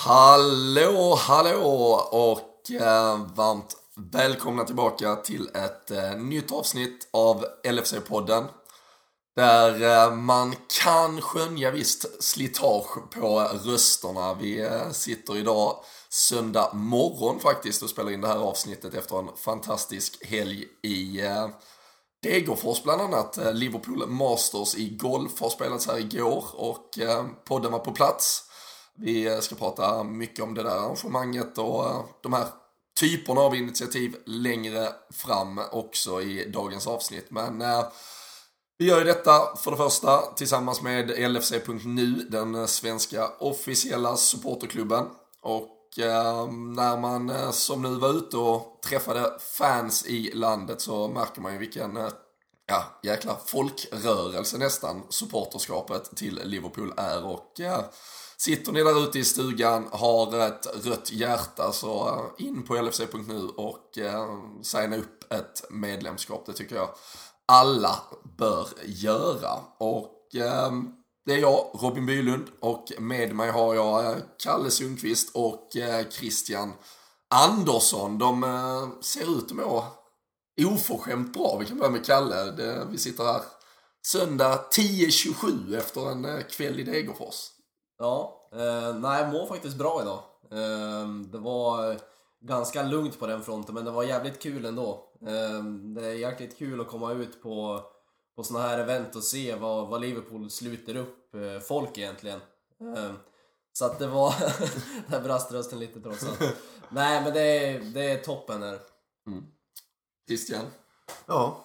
Hallå och varmt välkomna tillbaka till ett nytt avsnitt av LFC-podden. Där man kan skönja visst slitage på rösterna. Vi sitter idag söndag morgon faktiskt och spelar in det här avsnittet efter en fantastisk helg i Degerfors bland annat. Liverpool Masters i golf har spelats här igår och podden var på plats. Vi ska prata mycket om det där arrangemanget och de här typerna av initiativ längre fram också i dagens avsnitt. Men vi gör ju detta för det första tillsammans med LFC.nu, den svenska officiella supporterklubben. Och när man som nu var ute och träffade fans i landet så märker man ju vilken jäkla folkrörelse nästan supporterskapet till Liverpool är. Och sitter ni där ute i stugan, har ett rött hjärta, så in på LFC.nu och signa upp ett medlemskap. Det tycker jag alla bör göra. Och det är jag, Robin Bylund, och med mig har jag Kalle Sundqvist och Christian Andersson. De ser ut att må oförskämt bra. Vi kan börja med Kalle. Vi sitter här söndag 10:27 efter en kväll i Degerfors. Ja, jag mår faktiskt bra idag. Det var ganska lugnt på den fronten, men det var jävligt kul ändå. Det är jäkligt kul att komma ut på såna här event och se vad Liverpool sluter upp folk egentligen. Så att det var där brast rösten lite trots allt. Nej, men det är toppen här. Christian? Ja.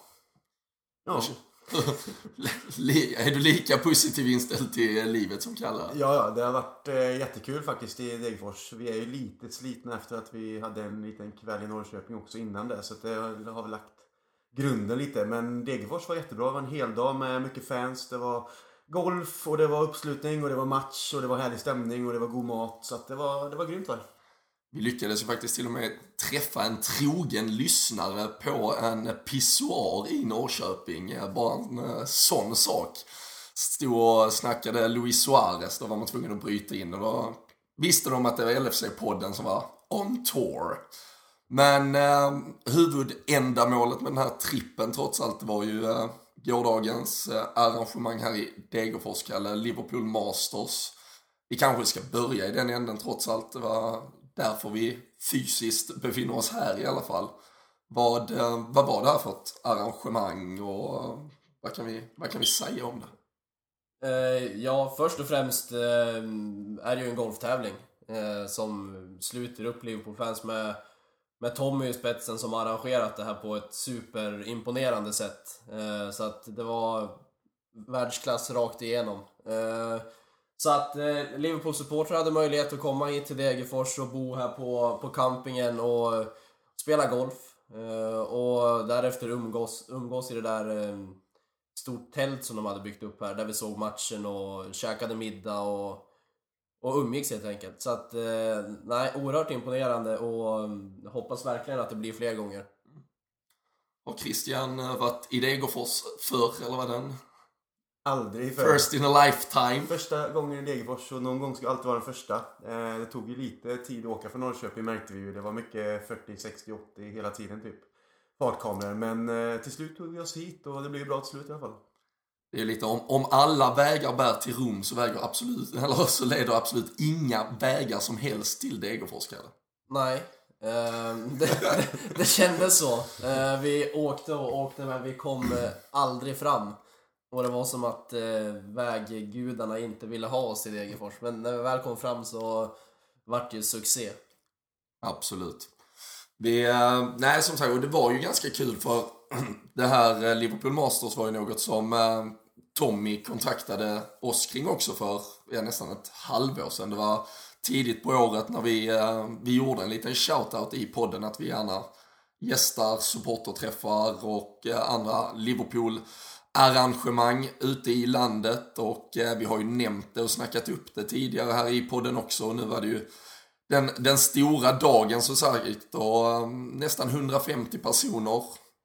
Är du lika positiv inställd till livet som Kalle? Ja, det har varit jättekul faktiskt i Degerfors. Vi är ju lite slitna efter att vi hade en liten kväll i Norrköping också innan det. Så det har väl lagt grunden lite. Men Degerfors var jättebra. Det var en hel dag med mycket fans. Det var golf och det var uppslutning och det var match och det var härlig stämning och det var god mat. Så att det var grymt där. Vi lyckades ju faktiskt till och med träffa en trogen lyssnare på en pissoar i Norrköping. Bara en sån sak. Stod och snackade Luis Suarez. Då var man tvungen att bryta in. Och då visste de att det var LFC-podden som var on tour. Men huvudändamålet med den här trippen trots allt var ju gårdagens arrangemang här i Degerfors, Kalle, Liverpool Masters. Vi kanske ska börja i den änden trots allt. Det var därför vi fysiskt befinner oss här i alla fall. Vad var det här för ett arrangemang och vad kan vi säga om det? Ja, först och främst är det ju en golftävling som sluter upp Liverpool-fans med Tommy i spetsen som har arrangerat det här på ett superimponerande sätt. Så att det var världsklass rakt igenom. Så att Liverpool-supportrar hade möjlighet att komma hit till Degerfors och bo här på campingen och spela golf. Och därefter umgås i det där stort tält som de hade byggt upp här. Där vi såg matchen och käkade middag och umgicks helt enkelt. Så att, oerhört imponerande och hoppas verkligen att det blir fler gånger. Har Christian varit i Degerfors förr, eller vad den? Aldrig förr. First in a lifetime. Första gången i Degerfors och någon gång ska alltid vara den första. Det tog ju lite tid att åka från Norrköping, märkte vi ju. Det var mycket 40, 60, 80 hela tiden typ. Fartkameror. Men till slut tog vi oss hit och det blev bra till slut i alla fall. Det är lite om alla vägar bär till Rom så leder absolut inga vägar som helst till Degerfors, Kalle. Nej, det kändes så. Vi åkte men vi kom aldrig fram. Och det var som att väggudarna inte ville ha oss i Degerfors. Men när vi väl kom fram så vart det ju succé. Absolut. Som sagt, och det var ju ganska kul för det här Liverpool Masters var ju något som Tommy kontaktade oss kring också för nästan ett halvår sedan. Det var tidigt på året när vi gjorde en liten shoutout i podden att vi gärna gästar, supporterträffar och andra Liverpool-arrangemang ute i landet. Och vi har ju nämnt det och snackat upp det tidigare här i podden också. Och nu var det ju den stora dagen så sagt och nästan 150 personer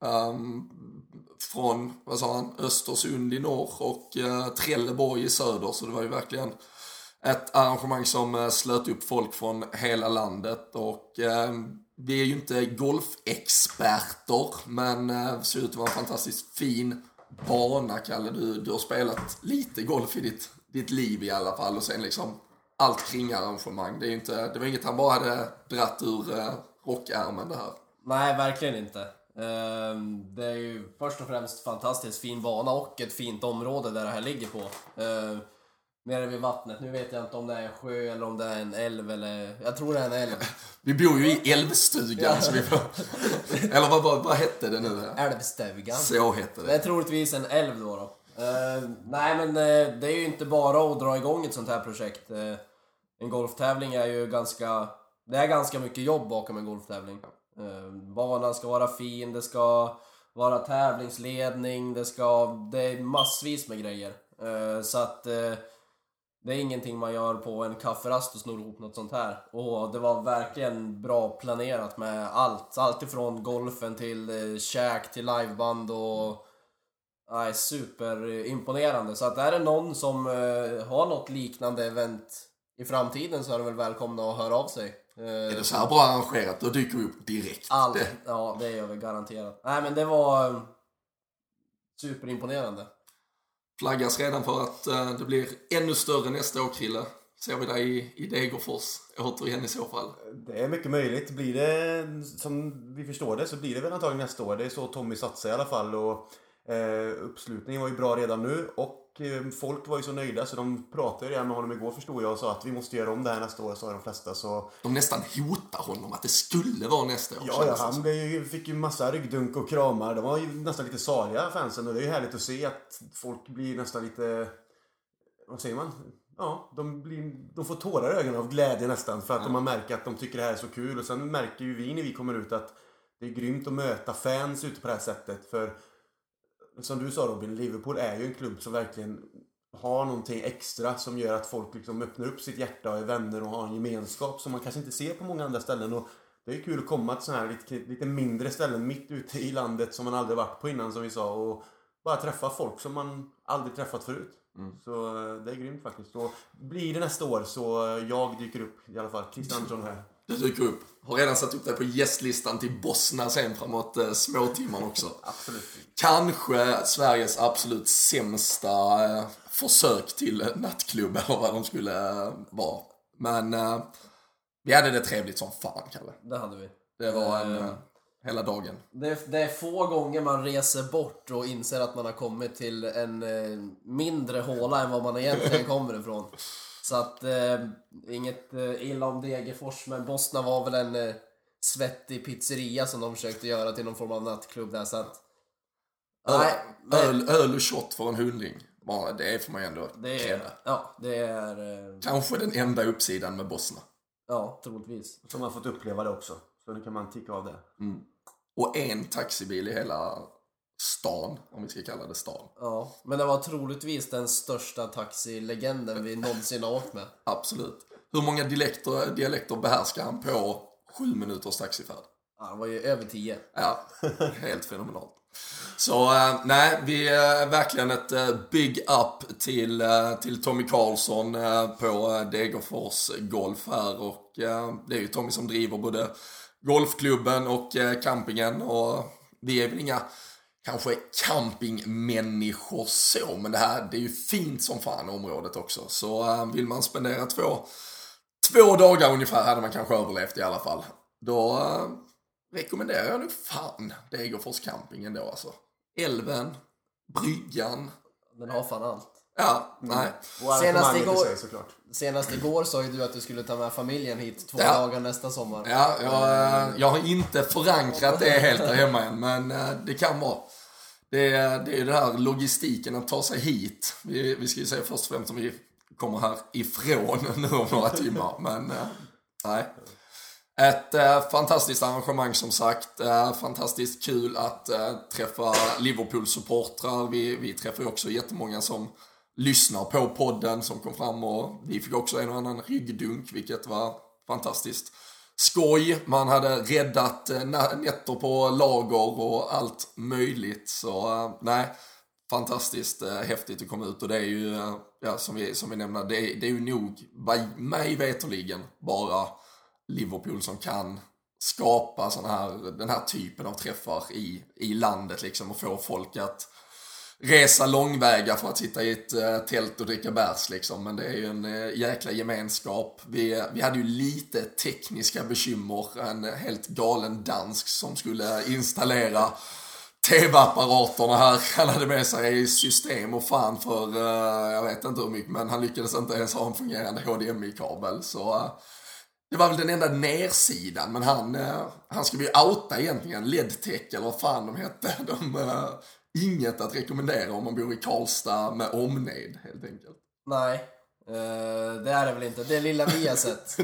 från Östersund i norr och Trelleborg i söder. Så det var ju verkligen Ett arrangemang som slöt upp folk från hela landet och vi är ju inte golfexperter, men det ser ut att vara en fantastiskt fin bana, Kalle. Du har spelat lite golf i ditt liv i alla fall, och sen liksom allt kring arrangemang. Det var inget han bara hade dratt ur rockärmen det här. Nej, verkligen inte. Det är ju först och främst fantastiskt fin bana och ett fint område där det här ligger på. Nere vid vattnet. Nu vet jag inte om det är en sjö eller om det är en älv eller... Jag tror det är en älv. Vi bor ju i älvstugan så vi får... Eller vad hette det nu? Älvstugan. Så heter det. Det är troligtvis en älv då. Nej, men det är ju inte bara att dra igång ett sånt här projekt. En golftävling är ju ganska mycket jobb bakom en golftävling. Banan ska vara fin, det ska vara tävlingsledning, det är massvis med grejer. Så att det är ingenting man gör på en kafferast och snor ihop något sånt här. Och det var verkligen bra planerat med allt ifrån golfen till käk till liveband och superimponerande. Så att är det någon som har något liknande event i framtiden så är det väl välkomna att höra av sig. Är det så här bra arrangerat, då dyker vi upp direkt. Ja, det gör vi garanterat. Nej, men det var superimponerande. Flaggas redan för att det blir ännu större nästa år, Krille. Ser vi dig i Degerfors återigen i så fall? Det är mycket möjligt. Blir det, som vi förstår det, så blir det väl antagligen nästa år. Det är så Tommy satsar i alla fall. Och uppslutningen var ju bra redan nu. Och folk var ju så nöjda så de pratade redan med honom igår, förstod jag, och sa att vi måste göra om det här nästa år, sa de flesta. Så... De nästan hotar honom att det skulle vara nästa år. Ja, han fick ju massa ryggdunk och kramar. De var ju nästan lite saliga, fansen. Och det är ju härligt att se att folk blir nästan lite... Vad säger man? Ja, de får tårar i ögonen av glädje nästan. För att de har märkt att de tycker det här är så kul. Och sen märker ju vi när vi kommer ut att det är grymt att möta fans ute på det här sättet. För som du sa, Robin, Liverpool är ju en klubb som verkligen har någonting extra som gör att folk liksom öppnar upp sitt hjärta och är vänner och har en gemenskap som man kanske inte ser på många andra ställen. Och det är kul att komma till sådana här lite mindre ställen mitt ute i landet som man aldrig varit på innan, som vi sa, och bara träffa folk som man aldrig träffat förut. Så det är grymt faktiskt. Och blir det nästa år så jag dyker upp i alla fall. Christian Andersson här. Du dyker upp. Har redan satt upp dig på gästlistan till Bosna sen framåt småtimman också. Absolut. Kanske Sveriges absolut sämsta försök till nattklubb eller vad de skulle vara. Men vi hade det trevligt som fan, Kalle. Det hade vi. Det var hela dagen. Det är få gånger man reser bort och inser att man har kommit till en mindre håla än vad man egentligen kommer ifrån. Så att inget illa om Degerfors, men Bosna var väl en svettig pizzeria som de försökte göra till någon form av nattklubb där. Så att, öl och shot för en hundring. Ja, det får man ju ändå kräva. Ja, det är... Kanske den enda uppsidan med Bosna. Ja, troligtvis. Som har fått uppleva det också. Så nu kan man ticka av det. Och en taxibil i hela stan, om vi ska kalla det stan. Ja, men det var troligtvis den största taxilegenden vi någonsin har åkt med. Absolut. Hur många dialekter behärskar han på 7 minuters taxifärd? Ja, det var ju över 10. Ja, helt fenomenalt. Så nej, vi är verkligen ett big up till Tommy Karlsson på Degerfors Golf här. Och det är ju Tommy som driver både golfklubben och campingen. Och vi är väl inga kanske campingmänniskor så, men det är ju fint som fan området också. Så vill man spendera två dagar ungefär, hade man kanske överlevt i alla fall. Då rekommenderar jag nog fan Degerfors camping ändå alltså. Älven, bryggan. Den har fan allt. Ja, nej. Senast igår sa ju du att du skulle ta med familjen hit 2 dagar nästa sommar. Ja, jag har inte förankrat det helt där hemma än, men det kan vara. Det är ju det här logistiken att ta sig hit. Vi ska ju säga först och främst om vi kommer här ifrån nu om några timmar, men nej. Ett fantastiskt arrangemang som sagt. Fantastiskt kul att träffa Liverpool-supportrar. Vi träffar ju också jättemånga som lyssnar på podden som kom fram, och vi fick också en och annan ryggdunk, vilket var fantastiskt skoj. Man hade räddat nätter på lager och allt möjligt. Så nej, fantastiskt häftigt att komma ut, och det är ju, som vi nämnde, det är ju nog, mig veterligen, bara Liverpool som kan skapa den här typen av träffar i landet liksom, och få folk att resa långväga för att sitta i ett tält och dricka bärs liksom. Men det är ju en jäkla gemenskap. Vi hade ju lite tekniska bekymmer. En helt galen dansk som skulle installera tv-apparaterna här. Han hade med sig i system och fan för jag vet inte hur mycket, men han lyckades inte ens ha en fungerande HDMI-kabel. Så det var väl den enda nersidan, men han ska vi outa egentligen. Ledtech eller vad fan de hette. Inget att rekommendera om man bor i Karlstad med omnejd, helt enkelt. Nej, det är det väl inte. Det lilla vi har sett.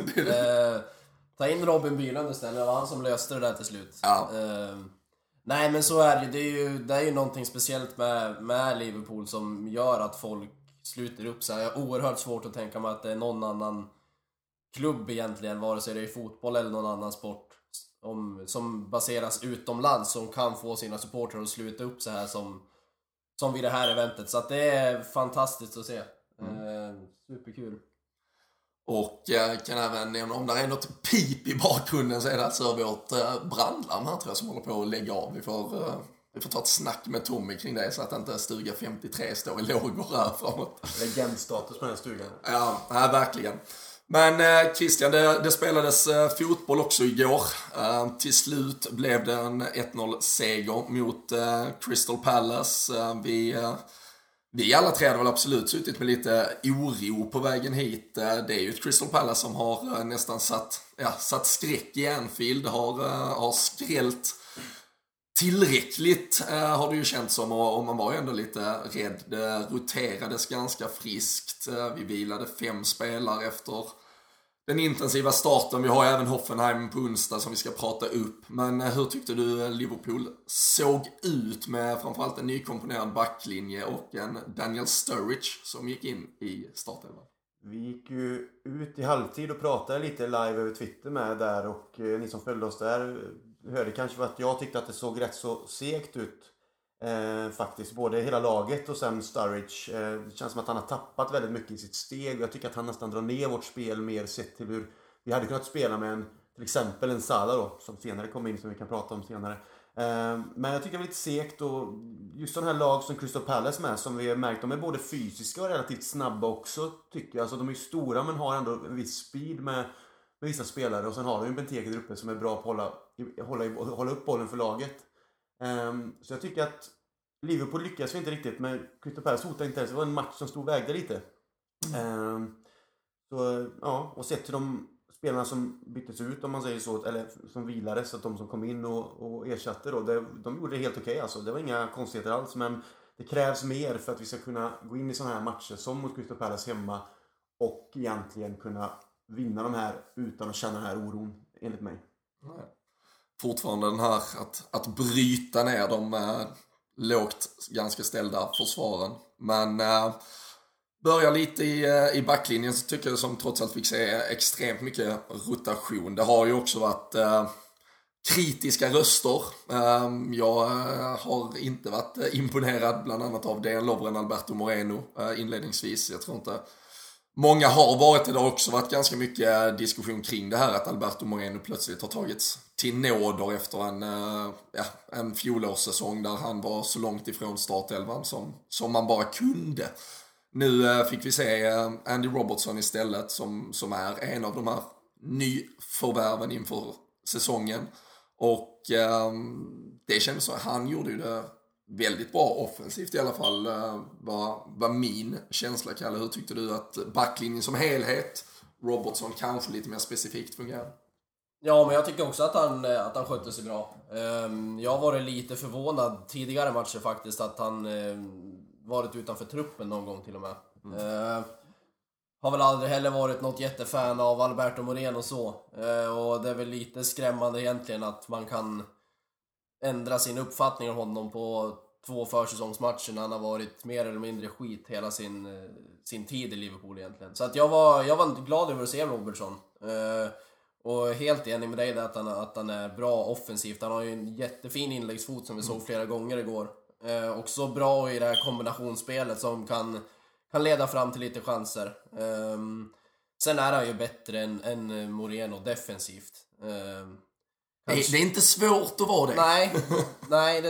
Ta in Robin Bylund istället, det var han som löste det där till slut. Ja. Nej, men så är det är ju någonting speciellt med Liverpool som gör att folk sluter upp sig. Jag har oerhört svårt att tänka mig att det är någon annan klubb egentligen, vare sig det är fotboll eller någon annan sport som baseras utomlands, som kan få sina supportrar att sluta upp så här som vid det här eventet. Så att det är fantastiskt att se. Superkul. Och jag kan även nämna, om det är något pip i bakgrunden, så är det alltså vårt brandlarm här, tror jag, som håller på att lägga av. Vi får ta ett snack med Tommy kring det, så att inte stuga 53 står i lågor här framåt. Legendstatus på den här stugan. Ja, verkligen. Men Christian, det spelades fotboll också igår. Till slut blev det en 1-0-seger mot Crystal Palace. Vi alla tre hade väl absolut suttit med lite oro på vägen hit. Det är ju ett Crystal Palace som har nästan satt skräck i Anfield. Har skrällt tillräckligt, har det ju känts som, och man var ju ändå lite rädd. Det roterades ganska friskt. Vi vilade 5 spelare efter den intensiva starten. Vi har även Hoffenheim på onsdag som vi ska prata upp. Men hur tyckte du Liverpool såg ut med framförallt en nykomponerad backlinje och en Daniel Sturridge som gick in i startelvan? Vi gick ju ut i halvtid och pratade lite live över Twitter med där, och ni som följde oss där hörde kanske att jag tyckte att det såg rätt så segt ut. Faktiskt, både hela laget och sen Sturridge. Det känns som att han har tappat väldigt mycket i sitt steg. Jag tycker att han nästan drar ner vårt spel mer, sett till hur vi hade kunnat spela med till exempel en Salah då, som senare kommer in, som vi kan prata om senare. Men jag tycker det var lite segt, och just sådana här lag som Crystal Palace med, som vi har märkt, de är både fysiska och relativt snabba också, tycker jag. Alltså de är stora men har ändå en viss speed med vissa spelare, och sen har de ju Benteke där uppe som är bra på att hålla upp bollen för laget. Så jag tycker att Liverpool lyckas inte riktigt, men Crystal Palace hotade inte ens. Det var en match som stod vägde lite. Så, ja, och sett till de spelarna som byttes ut, om man säger så, eller som vilade, så att de som kom in och ersatte då, de gjorde det helt okej. Alltså. Det var inga konstigheter alls, men det krävs mer för att vi ska kunna gå in i sådana här matcher som mot Crystal Palace hemma och egentligen kunna vinna de här utan att känna den här oron, enligt mig. Nej. Fortfarande den här att bryta ner de lågt ganska ställda försvaren. Men börjar lite i backlinjen, så tycker jag som trots allt fick se extremt mycket rotation. Det har ju också varit kritiska röster. Jag har inte varit imponerad bland annat av Dejan Lovren, Alberto Moreno inledningsvis. Jag tror inte många har varit det. Det har också varit ganska mycket diskussion kring det här att Alberto Moreno plötsligt har tagits till nåder efter en fjolårssäsong där han var så långt ifrån startelvan som man bara kunde. Nu fick vi se Andy Robertson istället, som är en av de här nyförvärven inför säsongen. Och det kändes så. Han gjorde ju det väldigt bra offensivt i alla fall, var min känsla. Kalle, hur tyckte du att backlinjen som helhet, Robertson kanske lite mer specifikt fungerar? Ja, men jag tycker också att han skötte sig bra. Jag var lite förvånad tidigare matcher faktiskt att han varit utanför truppen någon gång till och med. Har väl aldrig heller varit något jättefan av Alberto Moreno så. Och det är väl lite skrämmande egentligen att man kan ändra sin uppfattning av honom på 2 försäsongsmatcher när han har varit mer eller mindre skit hela sin tid i Liverpool egentligen. Så att jag var glad över att se Robertson. Och helt enig med dig där att han är bra offensivt. Han har ju en jättefin inläggsfot som vi såg flera gånger igår. Också bra i det här kombinationsspelet som kan leda fram till lite chanser. Sen är han ju bättre än Moreno defensivt. Det är inte svårt att vara det. Nej,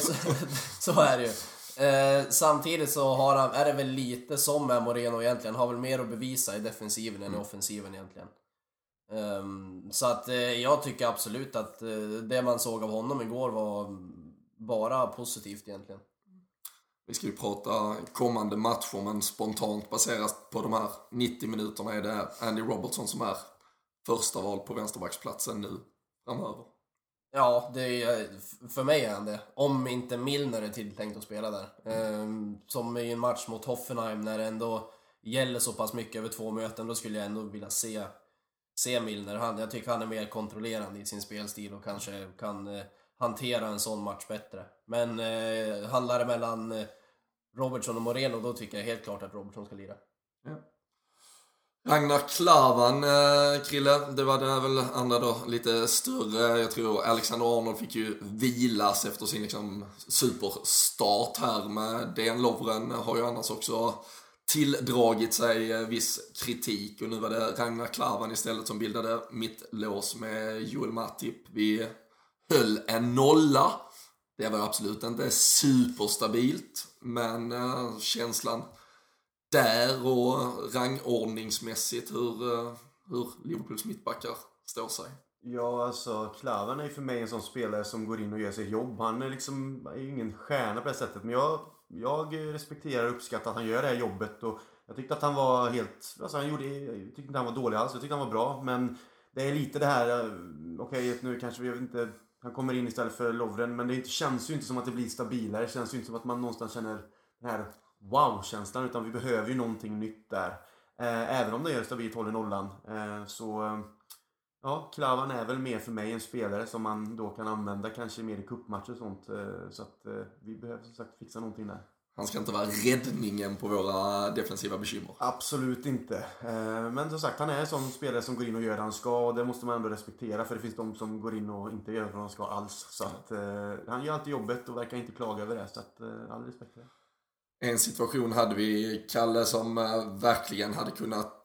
så är det ju. Samtidigt så är det väl lite som med Moreno egentligen. Har väl mer att bevisa i defensiven än i offensiven egentligen. Så att jag tycker absolut att det man såg av honom igår var bara positivt egentligen. Vi ska ju prata kommande matcher, men spontant baserat på de här 90 minuterna är det Andy Robertson som är första val på vänsterbacksplatsen nu framöver. Ja, för mig är han det. Om inte Milner är tilltänkt att spela där. Som i en match mot Hoffenheim när det ändå gäller så pass mycket över 2 möten, då skulle jag ändå vilja se Milner. Jag tycker han är mer kontrollerande i sin spelstil och kanske kan hantera en sån match bättre. Men handlar det mellan Robertson och Moreno, då tycker jag helt klart att Robertson ska lira. Ja. Ragnar Klavan, Krille, det var det väl andra då, lite större. Jag tror Alexander Arnold fick ju vilas efter sin liksom superstart här med DN Lovren. Har ju annars också tilldragit sig viss kritik, och nu var det Ragnar Klavan istället som bildade mittlås med Joel Matip. Vi höll en 0. Det var absolut inte superstabilt, men känslan där och rangordningsmässigt hur Liverpools mittbackar står sig. Ja, alltså Klavan är ju för mig en sån spelare som går in och gör sitt jobb. Han är liksom är ju ingen stjärna på det sättet, men jag respekterar och uppskattar att han gör det här jobbet, och jag tyckte att han var helt, alltså jag tyckte inte han var dålig alls, jag tyckte han var bra, men det är lite det här, okej, nu kanske vi inte, han kommer in istället för Lovren, men det känns ju inte som att det blir stabilare, det känns ju inte som att man någonstans känner den här wow-känslan, utan vi behöver ju någonting nytt där. Även om det gör stabilt håller nollan. Så ja, Klavan är väl mer för mig en spelare som man då kan använda kanske mer i cupmatcher och sånt. Så att vi behöver som sagt fixa någonting där. Han ska inte vara räddningen på våra defensiva bekymmer. Absolut inte. Men som sagt, han är en sån spelare som går in och gör det han ska, och det måste man ändå respektera, för det finns de som går in och inte gör vad han ska alls. Så att han gör alltid jobbet och verkar inte klaga över det, så att all respekt för det. En situation hade vi, Kalle, som verkligen hade kunnat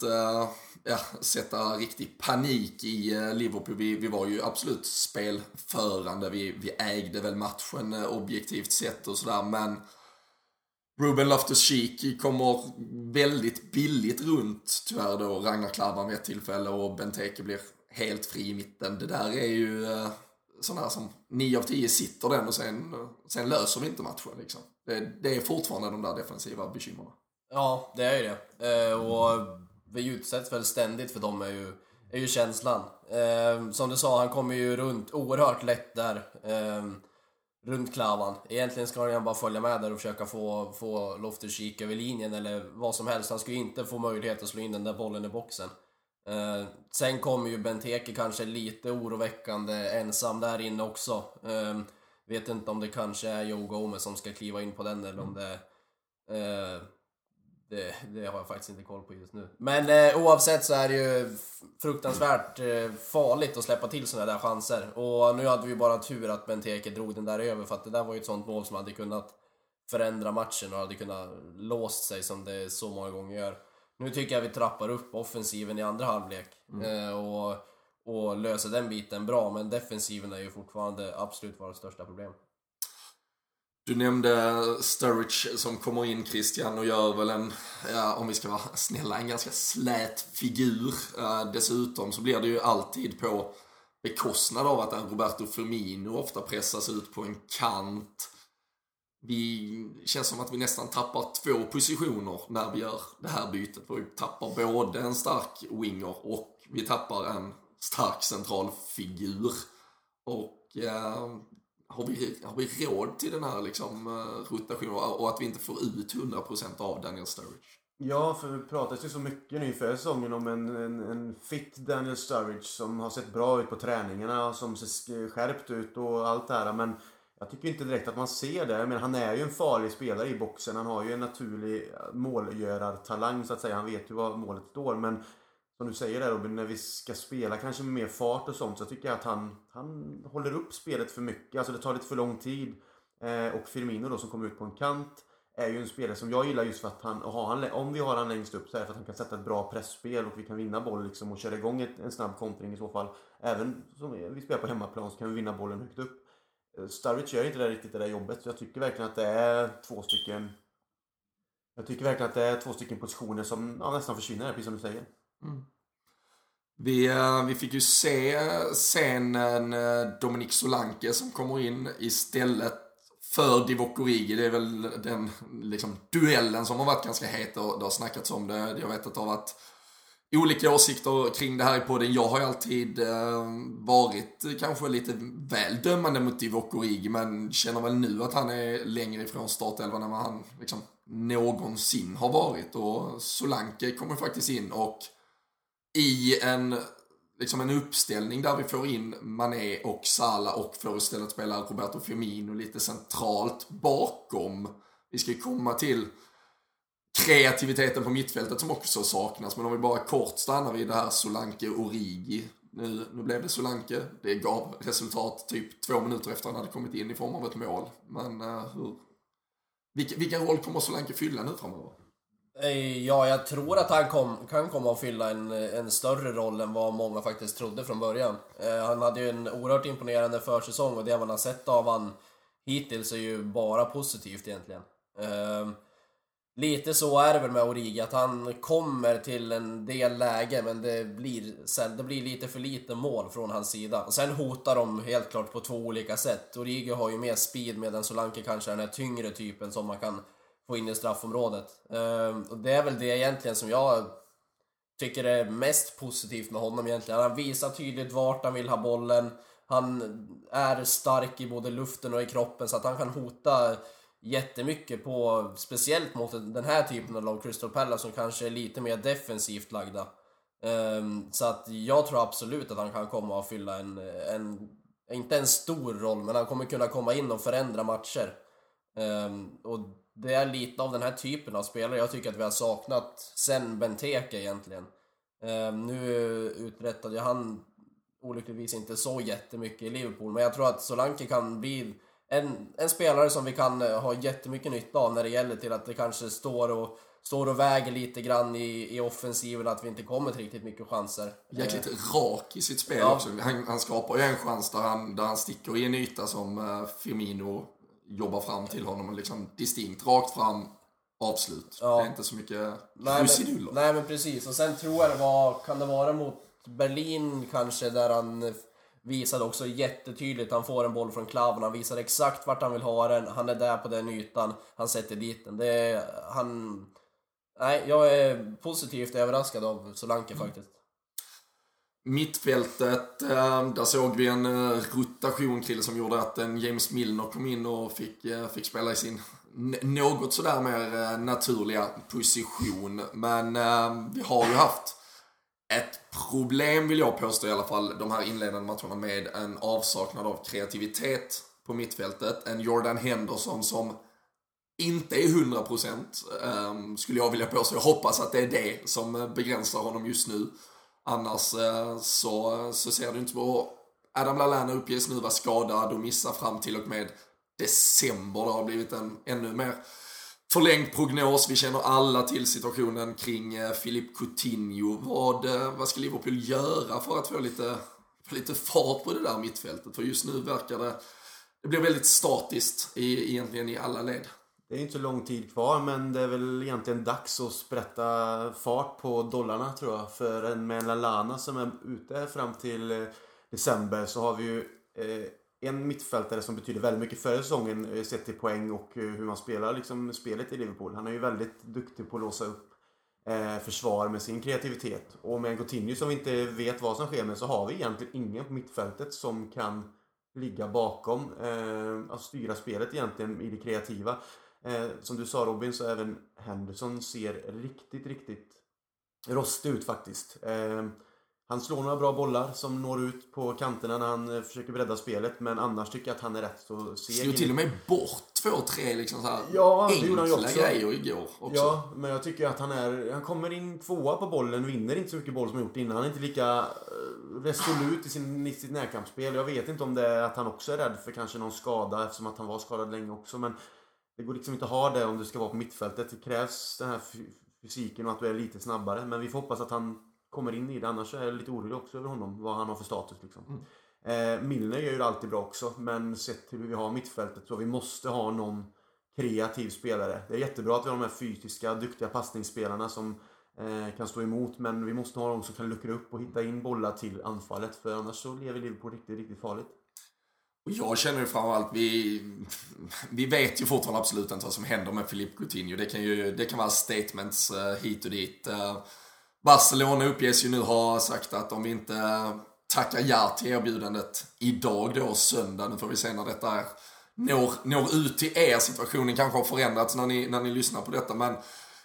sätta riktig panik i Liverpool. Vi var ju absolut spelförande. Vi ägde väl matchen objektivt sett och sådär, men Ruben Loftus-Cheek kommer väldigt billigt runt, tyvärr då, Ragnar Klavan vid ett tillfälle, och Benteke blir helt fri i mitten. Det där är ju sån här som 9 av 10 sitter den, och sen löser vi inte matchen liksom. Det är fortfarande de där defensiva bekymmerna. Ja, det är ju det. Och vi utsätts väl ständigt för dem, är ju känslan. Som du sa, han kommer ju runt oerhört lätt där. Runt Klavan. Egentligen ska han bara följa med där och försöka få Loftus-Cheek över linjen eller vad som helst. Han ska ju inte få möjlighet att slå in den där bollen i boxen. Sen kommer ju Benteke kanske lite oroväckande ensam där inne också. Vet inte om det kanske är Joe Gomez som ska kliva in på den, eller om det har jag faktiskt inte koll på just nu. Men oavsett så är det ju fruktansvärt farligt att släppa till sådana där chanser. Och nu hade vi bara tur att Benteke drog den där över, för att det där var ju ett sånt mål som hade kunnat förändra matchen och hade kunnat låst sig som det så många gånger gör. Nu tycker jag vi trappar upp offensiven i andra halvlek och löser den biten bra, men defensiven är ju fortfarande absolut vårt största problem. Du nämnde Sturridge som kommer in, Christian, och gör väl om vi ska vara snälla, en ganska slät figur. Dessutom så blir det ju alltid på bekostnad av att Roberto Firmino ofta pressas ut på en kant. Vi känns som att vi nästan tappar 2 positioner när vi gör det här bytet. Vi tappar både en stark winger och vi tappar en stark central figur. Och har vi råd till den här liksom, rotationen och att vi inte får ut 100% av Daniel Sturridge? Ja, för det pratas ju så mycket nu för säsongen om en fit Daniel Sturridge som har sett bra ut på träningarna, som ser skärpt ut och allt det här, men jag tycker inte direkt att man ser det. Men han är ju en farlig spelare i boxen. Han har ju en naturlig målgörartalang så att säga. Han vet ju vad målet står. Men som du säger där Robin, när vi ska spela kanske med mer fart och sånt, så tycker jag att han håller upp spelet för mycket. Alltså det tar lite för lång tid. Och Firmino då som kommer ut på en kant är ju en spelare som jag gillar just för att om vi har han längst upp så är det för att han kan sätta ett bra pressspel och vi kan vinna boll liksom och köra igång en snabb kontring i så fall. Även som vi spelar på hemmaplan så kan vi vinna bollen högt upp. Sturridge gör inte riktigt det där jobbet, så jag tycker verkligen att det är två stycken positioner som nästan försvinner här, precis som du säger. Vi fick ju se sen Dominic Solanke som kommer in istället för Divock Origi. Det är väl den liksom duellen som har varit ganska het och det har snackats om det. Jag vet att det har varit olika åsikter kring det här i podden. Jag har ju alltid varit kanske lite väl dömande mot Divock Origi, men känner väl nu att han är längre ifrån startelvan än vad han liksom någonsin har varit. Och Solanke kommer faktiskt in och i en uppställning där vi får in Mané och Salah och får istället spela Roberto Firmino lite centralt bakom. Vi ska komma till kreativiteten på mittfältet som också saknas, men om vi bara kort stannar vid det här Solanke-Origi. Nu blev det Solanke, det gav resultat typ 2 minuter efter han hade kommit in i form av ett mål. Men vilken roll kommer Solanke fylla nu framöver? Ja, jag tror att han kan komma att fylla en större roll än vad många faktiskt trodde från början. Han hade ju en oerhört imponerande försäsong och det man har sett av han hittills är ju bara positivt egentligen. Lite så är det väl med Origi, att han kommer till en del läge men det blir lite för lite mål från hans sida. Och sen hotar de helt klart på 2 olika sätt. Origi har ju mer speed medan Solanke kanske är den här tyngre typen som man kan få in i straffområdet. Och det är väl det egentligen som jag tycker är mest positivt med honom egentligen. Han visar tydligt vart han vill ha bollen. Han är stark i både luften och i kroppen så att han kan hota jättemycket på, speciellt mot den här typen av lag, Crystal Palace, som kanske är lite mer defensivt lagda. Så att jag tror absolut att han kan komma att fylla inte en stor roll, men han kommer kunna komma in och förändra matcher. Och det är lite av den här typen av spelare jag tycker att vi har saknat sen Benteke egentligen. Nu uträttade han olyckligtvis inte så jättemycket i Liverpool, men jag tror att Solanke kan bli en spelare som vi kan ha jättemycket nytta av när det gäller till att det kanske står och väger lite grann i offensiven, att vi inte kommer till riktigt mycket chanser. Jäkligt rak i sitt spel också. Han skapar ju en chans där han sticker i en yta som Firmino jobbar fram till honom och liksom distinkt rakt fram avslut. Det är inte så mycket krusiduller. Nej men precis. Och sen tror jag kan det vara mot Berlin kanske, där han visade också jättetydligt, han får en boll från Klavan, han visar exakt vart han vill ha den, han är där på den ytan, han sätter dit den. Jag är positivt överraskad av Solanke faktiskt. Mittfältet, där såg vi en rotation kille som gjorde att en James Milner kom in och fick spela i sin något sådär mer naturliga position. Men vi har ju haft ett problem, vill jag påstå i alla fall, de här inledande matcherna med en avsaknad av kreativitet på mittfältet. En Jordan Henderson som inte är 100%, skulle jag vilja påstå. Jag hoppas att det är det som begränsar honom just nu. Annars så ser det inte så. Adam Lallana uppges nu vara skadad och missar fram till och med december. Det har blivit en ännu mer förlängd prognos. Vi känner alla till situationen kring Philippe Coutinho. Vad ska Liverpool göra för att få lite fart på det där mittfältet? För just nu verkar det blir väldigt statiskt egentligen i alla led. Det är inte så lång tid kvar, men det är väl egentligen dags att sprätta fart på dollarna, tror jag. För med en Lallana som är ute fram till december så har vi ju en mittfältare som betyder väldigt mycket för säsongen sett till poäng och hur man spelar liksom spelet i Liverpool. Han är ju väldigt duktig på att låsa upp försvar med sin kreativitet. Och med en Coutinho som vi inte vet vad som sker med, så har vi egentligen ingen på mittfältet som kan ligga bakom att styra spelet egentligen i det kreativa. Som du sa Robin, så även Henderson ser riktigt rostig ut faktiskt. Han slår några bra bollar som når ut på kanterna när han försöker bredda spelet. Men annars tycker jag att han är rätt så seg. Slog till och med bort 2-3 liksom så här det gjorde han ju också. Grejer igår också. Ja, men jag tycker att han kommer in 2 på bollen, vinner inte så mycket boll som han gjort innan. Han är inte lika resolut i sitt närkampsspel. Jag vet inte om det är att han också är rädd för kanske någon skada, eftersom att han var skadad länge också. Men det går liksom inte att ha det om du ska vara på mittfältet. Det krävs den här fysiken och att du är lite snabbare. Men vi får hoppas att han kommer in i det. Annars är jag lite orolig också över honom, vad han har för status liksom. Milner gör ju det alltid bra också. Men sett till hur vi har mittfältet så vi måste ha någon kreativ spelare. Det är jättebra att vi har de här fysiska, duktiga passningsspelarna som kan stå emot. Men vi måste ha dem som kan luckra upp och hitta in bollar till anfallet. För annars så lever Liverpool riktigt, riktigt farligt. Och jag känner ju framförallt, vi vet ju fortfarande absolut inte vad som händer med Philippe Coutinho. Det kan vara statements hit och dit. Barcelona uppges ju nu ha sagt att om vi inte tackar ja till erbjudandet idag då, söndag, nu får vi se när detta når ut till er. Situationen kanske har förändrats när ni lyssnar på detta, men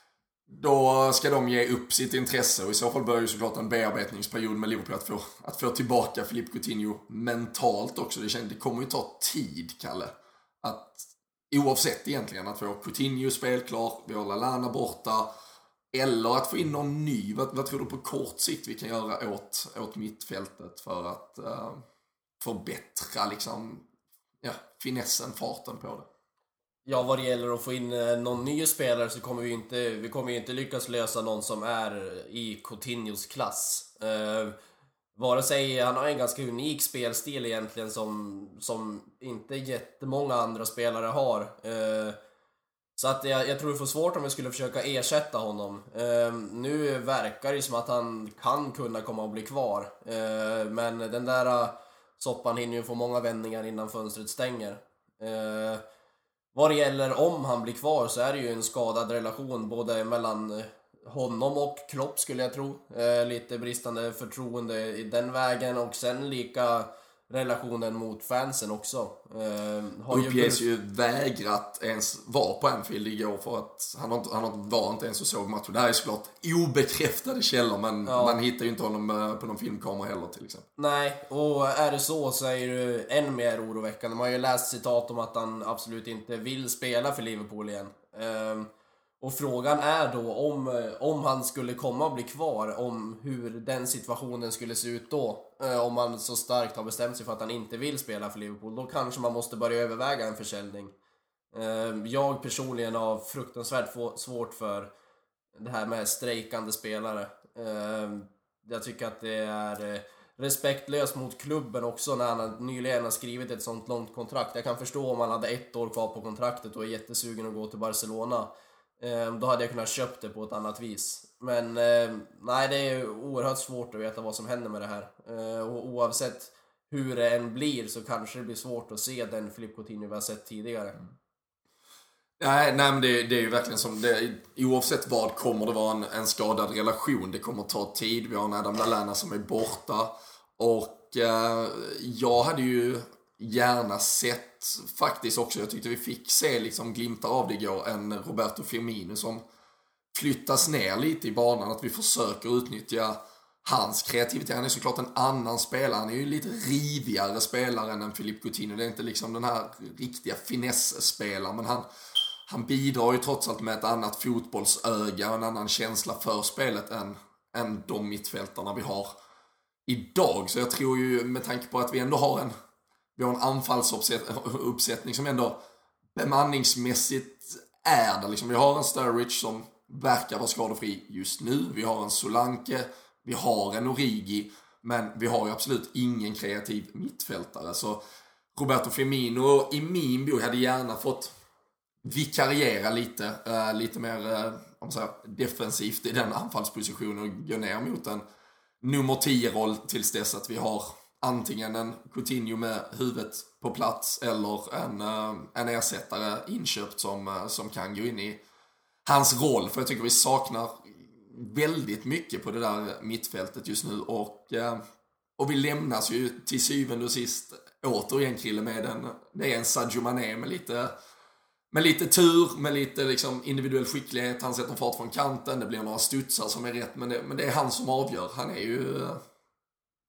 då ska de ge upp sitt intresse och i så fall börjar ju såklart en bearbetningsperiod med Liverpool att få tillbaka Philippe Coutinho mentalt också. Det kommer ju ta tid, Kalle, att oavsett egentligen att få Coutinho spelklar, vi har Lallana borta, eller att få in någon ny. Vad tror du på kort sikt vi kan göra åt mittfältet för att förbättra liksom, finessen, farten på det? Ja, vad det gäller att få in någon ny spelare så kommer vi kommer inte lyckas lösa någon som är i Coutinhos klass. Vare sig han har en ganska unik spelstil egentligen som inte jättemånga andra spelare har. Så att jag tror det får svårt om vi skulle försöka ersätta honom. Nu verkar det som att han kan kunna komma och bli kvar. Men den där soppan hinner ju få många vändningar innan fönstret stänger. Vad det gäller om han blir kvar så är det ju en skadad relation både mellan honom och Klopp, skulle jag tro. Lite bristande förtroende i den vägen och sen lika relationen mot fansen också. Uppges ju vägrat ens vara på Anfield igår för att han var inte ens och såg matchen. Det här är såklart obekräftade källor, men man hittar ju inte honom på någon filmkamera heller till exempel. Nej, och är det så är det än mer oroväckande. Man har ju läst citat om att han absolut inte vill spela för Liverpool igen. Och frågan är då om han skulle komma och bli kvar, om hur den situationen skulle se ut då. Om man så starkt har bestämt sig för att han inte vill spela för Liverpool, då kanske man måste börja överväga en försäljning. Jag personligen har fruktansvärt svårt för det här med strejkande spelare. Jag tycker att det är respektlöst mot klubben också när han nyligen har skrivit ett sånt långt kontrakt. Jag kan förstå om han hade 1 år kvar på kontraktet och är jättesugen att gå till Barcelona. Då hade jag kunnat köpt det på ett annat vis. Men nej, det är oerhört svårt att veta vad som händer med det här. Och oavsett hur det än blir så kanske det blir svårt att se den Philippe Coutinho vi har sett tidigare. Nej, men det är ju verkligen som det, oavsett vad kommer det vara en skadad relation. Det kommer ta tid. Vi har en Adam Lallana som är borta. Och jag hade ju gärna sett faktiskt också, jag tyckte vi fick se liksom glimtar av det igår, en Roberto Firmino som flyttas ner lite i banan, att vi försöker utnyttja hans kreativitet. Han är såklart en annan spelare, han är ju lite rivigare spelare än en Philippe Coutinho. Det är inte liksom den här riktiga finess-spelaren, men han bidrar ju trots allt med ett annat fotbollsöga och en annan känsla för spelet än de mittfältarna vi har idag. Så jag tror ju, med tanke på att vi ändå har en anfallsuppsättning som ändå bemanningsmässigt är där. Liksom, vi har en Sturridge som verkar vara skadefri just nu. Vi har en Solanke, vi har en Origi, men vi har ju absolut ingen kreativ mittfältare. Så Roberto Firmino i min bok hade gärna fått vikariera lite mer defensivt i den anfallspositionen och gå ner mot en nummer 10-roll tills dess att vi har antingen en Coutinho med huvudet på plats eller en ersättare inköpt som kan gå in i hans roll. För jag tycker vi saknar väldigt mycket på det där mittfältet just nu. Och vi lämnas ju till syvende och sist återigen, Krille, med det är en Sadio Mané med lite tur, med lite liksom individuell skicklighet. Han sätter fart från kanten, det blir några studsar som är rätt, men det är han som avgör. Han är ju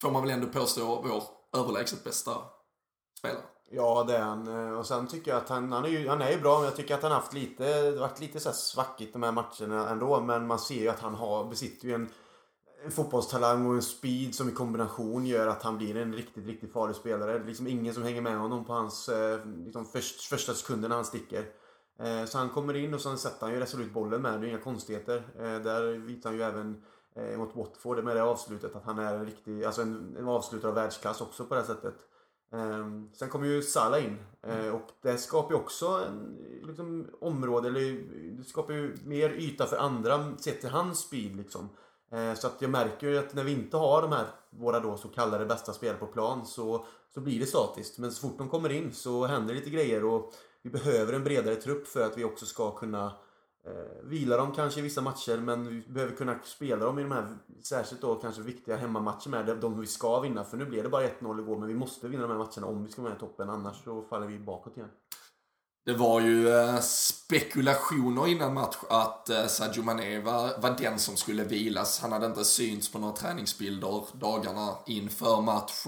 får man väl ändå påstå vår överlägset bästa spelare. Ja, det är han. Och sen tycker jag att han är ju bra, men jag tycker att han haft det varit lite så här svackigt de här matcherna ändå. Men man ser ju att han besitter ju en fotbollstalang och en speed som i kombination gör att han blir en riktigt, riktigt farlig spelare. Det är liksom ingen som hänger med honom på hans liksom första sekunder när han sticker. Så han kommer in och sen sätter han ju resolut bollen med. Det är inga konstigheter. Där visar han ju även mot Watford med det avslutet att han är en riktig, alltså en avslutare av världsklass också på det sättet. Sen kommer ju Salah in och det skapar ju också en liksom, område, eller det skapar ju mer yta för andra sett till hans speed liksom. Så att jag märker ju att när vi inte har de här våra då så kallade bästa spelare på plan så blir det statiskt. Men så fort de kommer in så händer lite grejer och vi behöver en bredare trupp för att vi också ska kunna vila dem kanske i vissa matcher, men vi behöver kunna spela dem i de här särskilt då kanske viktiga hemmamatcher med de vi ska vinna, för nu blir det bara 1-0 igår, men vi måste vinna de här matcherna om vi ska vara med i toppen, annars så faller vi bakåt igen. Det var ju spekulationer innan match att Sadio Mané var den som skulle vilas. Han hade inte synts på några träningsbilder dagarna inför match.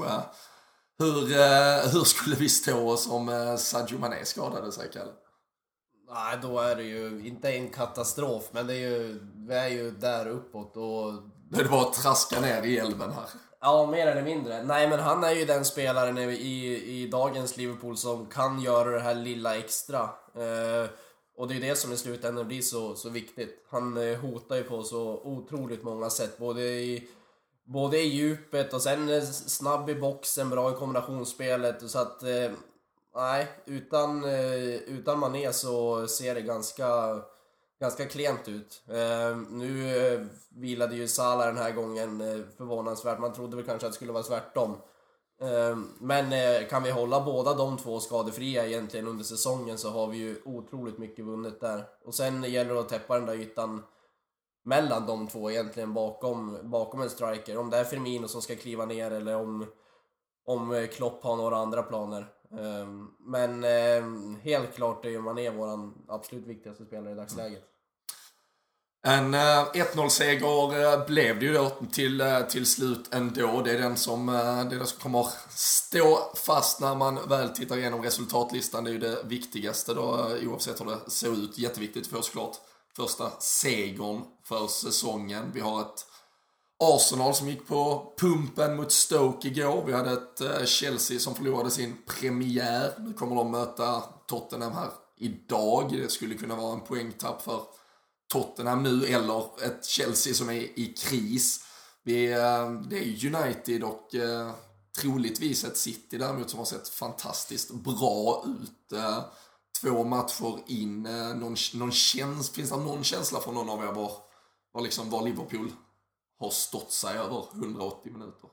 Hur skulle vi stå oss om Sadio Mané skadade sig, Kalle? Nej, då är det ju inte en katastrof, men vi är ju där uppåt och... Det är bara att traska ner i älven här. Ja, mer eller mindre. Nej, men han är ju den spelaren i dagens Liverpool som kan göra det här lilla extra. Och det är ju det som i slutändan blir så viktigt. Han hotar ju på så otroligt många sätt. Både i djupet och sen snabb i boxen, bra i kombinationsspelet. Så att, nej, utan Mané så ser det ganska klent ut. Nu vilade ju Salah den här gången förvånansvärt. Man trodde väl kanske att det skulle vara tvärtom. Men kan vi hålla båda de två skadefria egentligen under säsongen så har vi ju otroligt mycket vunnet där. Och sen gäller det att täppa den där ytan mellan de två egentligen bakom en striker. Om det är Firmino som ska kliva ner eller om Klopp har några andra planer. Men helt klart är ju Mané våran absolut viktigaste spelare i dagsläget. En 1-0-seger blev det ju då till slut ändå. Det är den som kommer stå fast när man väl tittar igenom resultatlistan. Det är ju det viktigaste då, oavsett hur det ser ut. Jätteviktigt för oss klart. Första segern för säsongen. Vi har ett Arsenal som gick på pumpen mot Stoke igår. Vi hade ett Chelsea som förlorade sin premiär. Nu kommer de möta Tottenham här idag. Det skulle kunna vara en poängtapp för Tottenham nu, eller ett Chelsea som är i kris. Det är United och troligtvis ett City däremot som har sett fantastiskt bra ut. 2 matcher in. Finns det någon känsla från någon av er var Liverpool har stått sig över 180 minuter?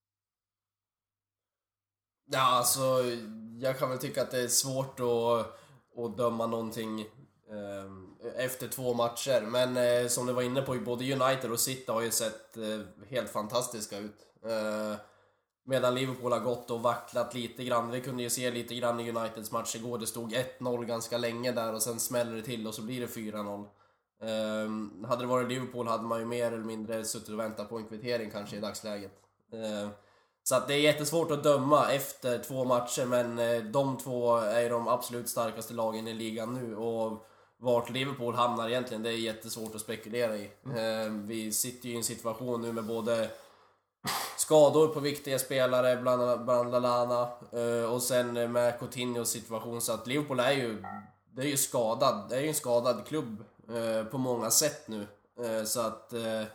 Ja, alltså jag kan väl tycka att det är svårt att döma någonting efter 2 matcher. Men som du var inne på, både United och City har ju sett helt fantastiska ut. Medan Liverpool har gått och vacklat lite grann. Vi kunde ju se lite grann i Uniteds match igår. Det stod 1-0 ganska länge där och sen smäller det till och så blir det 4-0. Hade det varit Liverpool hade man ju mer eller mindre suttit och väntat på en kvittering kanske i dagsläget. Så att det är jättesvårt att döma efter 2 matcher, men de 2 är de absolut starkaste lagen i ligan nu, och vart Liverpool hamnar egentligen, det är jättesvårt att spekulera i. Vi sitter ju i en situation nu med både skador på viktiga spelare, bland Lallana, och sen med Coutinhos situation, så att Liverpool är ju en skadad klubb på många sätt nu. Så att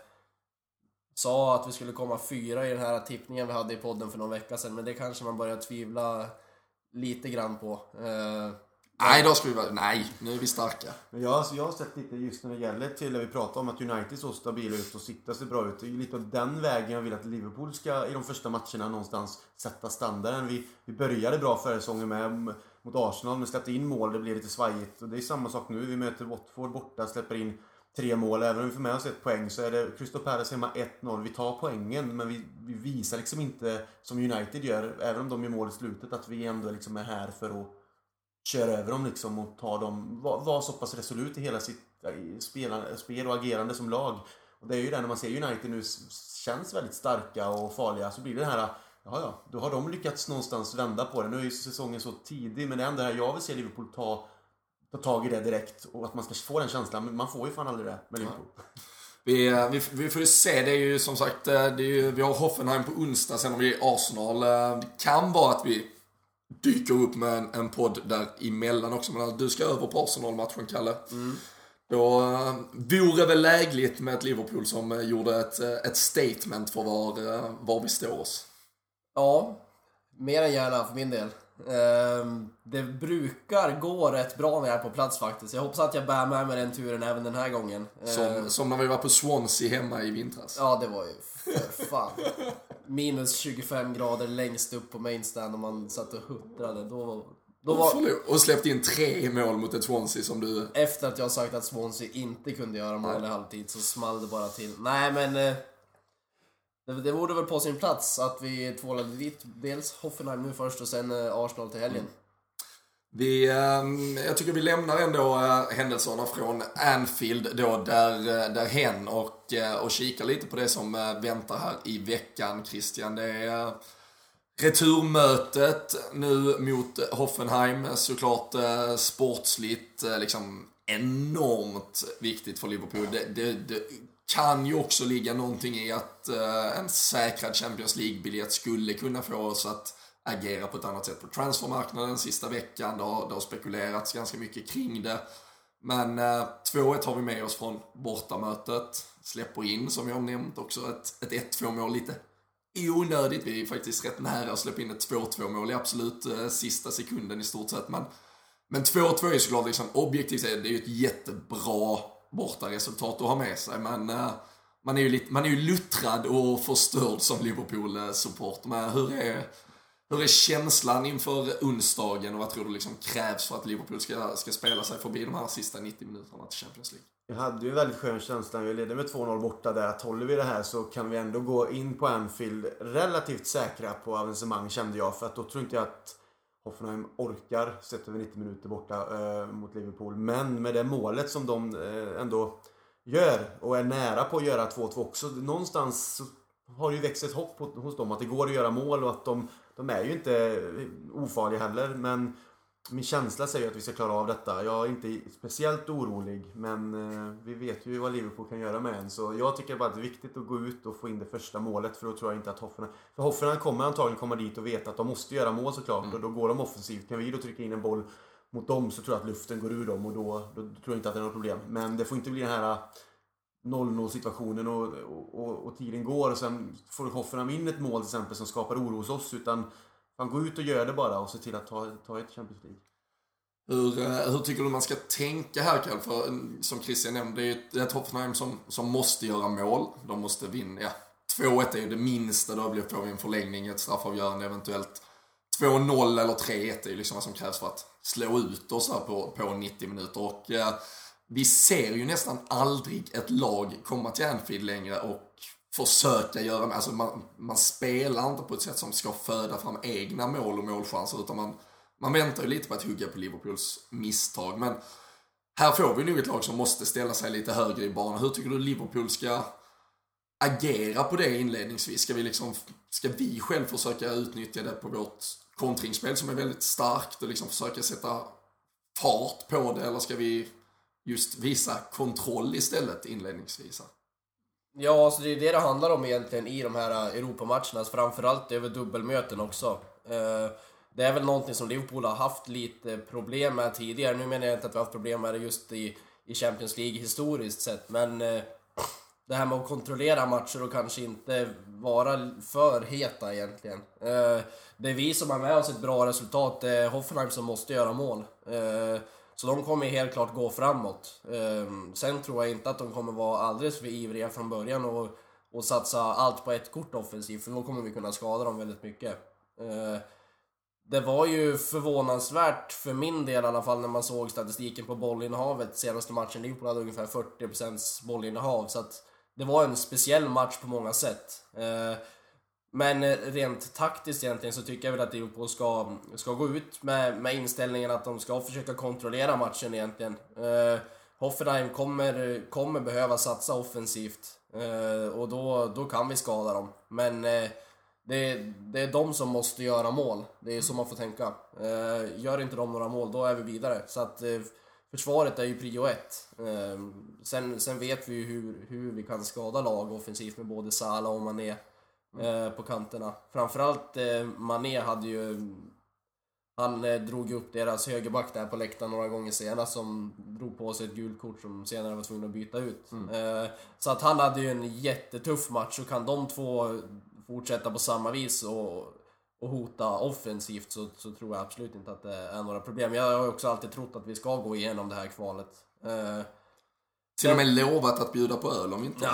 sa att vi skulle komma 4 i den här tippningen vi hade i podden för någon vecka sedan, men det kanske man börjar tvivla lite grann på. Nej, då ska vi vara... Nej, nu är vi starka. Men jag har sett lite just när det gäller till när vi pratar om att United så stabila ut och sitta sig bra ut. Det är ju lite av den vägen jag vill att Liverpool ska i de första matcherna någonstans sätta standarden. Vi började bra förra säsongen mot Arsenal, men släppte in mål, det blev lite svajigt. Och det är samma sak nu, vi möter Watford borta, släpper in 3 mål. Även om vi får med oss 1 poäng så är det Crystal Palace hemma 1-0. Vi tar poängen, men vi visar liksom inte som United gör, även om de gör mål i slutet, att vi ändå liksom är här för att köra över dem liksom och ta dem, var så pass resolut i hela sitt spel och agerande som lag. Och det är ju det när man ser United nu känns väldigt starka och farliga, så blir det här, då har de lyckats någonstans vända på det. Nu är ju säsongen så tidig, men det enda här jag vill se Liverpool ta tag i det direkt, och att man ska få den känslan, men man får ju fan aldrig det med Liverpool. Vi får ju se, det är ju som sagt, vi har Hoffenheim på onsdag, sen har vi Arsenal. Det kan vara att vi dyker upp med en podd där emellan också, men du ska över på Arsenal-matchen, Kalle. Då vore väl lägligt med ett Liverpool som gjorde ett statement för var vi står oss. Ja, mer än gärna för min del. Det brukar gå rätt bra när jag är på plats faktiskt. Jag hoppas att jag bär med mig den turen även den här gången. Som när vi var på Swansea hemma i vintras. Ja, det var ju för fan. Minus 25 grader längst upp på mainstand och man satt och huttrade. Och släppte in 3 mål mot ett Swansea som du... Efter att jag sagt att Swansea inte kunde göra mål i halvtid så small det bara till. Nej, men det vore väl på sin plats att vi tvålade dit dels Hoffenheim nu först och sen Arsenal till helgen. Jag tycker vi lämnar ändå händelserna från Anfield då där hen och kikar lite på det som väntar här i veckan, Christian. Det är returmötet nu mot Hoffenheim, såklart sportsligt liksom enormt viktigt för Liverpool. Det kan ju också ligga någonting i att en säkrad Champions League-biljett skulle kunna få oss att agera på ett annat sätt på transfermarknaden sista veckan. Det har spekulerats ganska mycket kring det. Men 2-1 har vi med oss från bortamötet. Släpper in, som jag har nämnt, också ett 1-2 mål lite onödigt. Vi är faktiskt rätt nära att släppa in ett 2-2 mål i absolut sista sekunden i stort sett. Men 2-2 är såklart liksom, objektivt sett, det är ju ett jättebra bortaresultat att ha med sig. Men man är ju luttrad och förstörd som Liverpool-support. Men hur är känslan inför onsdagen och vad tror du liksom krävs för att Liverpool ska spela sig förbi de här sista 90 minuterna till Champions League? Jag hade ju en väldigt skön känsla när vi ledde med 2-0 borta där, att håller vi det här så kan vi ändå gå in på Anfield relativt säkra på avancemang, kände jag. För att då tror inte jag att Hoffenheim orkar sätta över 90 minuter borta mot Liverpool. Men med det målet som de ändå gör och är nära på att göra 2-2 också, någonstans så har det ju växt ett hopp hos dem att det går att göra mål och att de är ju inte ofarliga heller. Men min känsla säger att vi ska klara av detta. Jag är inte speciellt orolig, men vi vet ju vad Liverpool kan göra med en. Så jag tycker bara att det är viktigt att gå ut och få in det första målet, för då tror jag inte att Hoffenheim kommer antagligen komma dit och veta att de måste göra mål såklart. Och då går de offensivt. Kan vi då trycka in en boll mot dem så tror jag att luften går ur dem, och då tror jag inte att det är något problem. Men det får inte bli den här 0-0 situationen och tiden går och sen får Hoffenheim in ett mål till exempel som skapar oro hos oss, utan man går ut och gör det bara och se till att ta ett Champions League. Hur tycker du man ska tänka här, Kalle? För som Christian nämnde, det är ett Hoffenheim som måste göra mål. De måste vinna. Ja, 2-1 är ju det minsta, då får vi en förlängning, ett straffavgörande eventuellt. 2-0 eller 3-1 är ju liksom vad som krävs för att slå ut oss här på 90 minuter. Och vi ser ju nästan aldrig ett lag komma till Anfield längre och försöka göra, alltså man spelar inte på ett sätt som ska föda fram egna mål och målchanser, utan man väntar ju lite på att hugga på Liverpools misstag. Men här får vi nog ett lag som måste ställa sig lite högre i banan. Hur tycker du Liverpool ska agera på det inledningsvis? Ska vi själv försöka utnyttja det på vårt kontringsspel som är väldigt starkt och liksom försöka sätta fart på det, eller ska vi just visa kontroll istället inledningsvis? Ja, alltså det är det handlar om egentligen i de här Europamatcherna, framförallt över dubbelmöten också. Det är väl någonting som Liverpool har haft lite problem med tidigare. Nu menar jag inte att vi har haft problem med det just i Champions League historiskt sett, men det här med att kontrollera matcher och kanske inte vara för heta egentligen. Det är vi som har med oss ett bra resultat. Det är Hoffenheim som måste göra mål. Så de kommer helt klart gå framåt. Sen tror jag inte att de kommer vara alldeles för ivriga från början och satsa allt på ett kort offensivt, för då kommer vi kunna skada dem väldigt mycket. Det var ju förvånansvärt för min del i alla fall när man såg statistiken på bollinnehavet. Senaste matchen Liverpool hade ungefär 40% bollinnehav, så att det var en speciell match på många sätt. Men rent taktiskt egentligen så tycker jag väl att Liverpool ska gå ut med inställningen att de ska försöka kontrollera matchen egentligen. Hoffenheim kommer behöva satsa offensivt. Och då kan vi skada dem. Men det är de som måste göra mål. Det är så man får tänka. Gör inte de några mål, då är vi vidare. Så att försvaret är ju prio 1. Sen vet vi ju hur vi kan skada lag offensivt med både Salah och Mané på kanterna. Framförallt Mané hade ju... Han drog upp deras högerback där på läktaren några gånger senast, som drog på sig ett gult kort som senare var tvungen att byta ut. Så att han hade ju en jättetuff match, och kan de två fortsätta på samma vis och hota offensivt så tror jag absolut inte att det är några problem. Jag har också alltid trott att vi ska gå igenom det här kvalet. Till och med lovat att bjuda på öl om inte.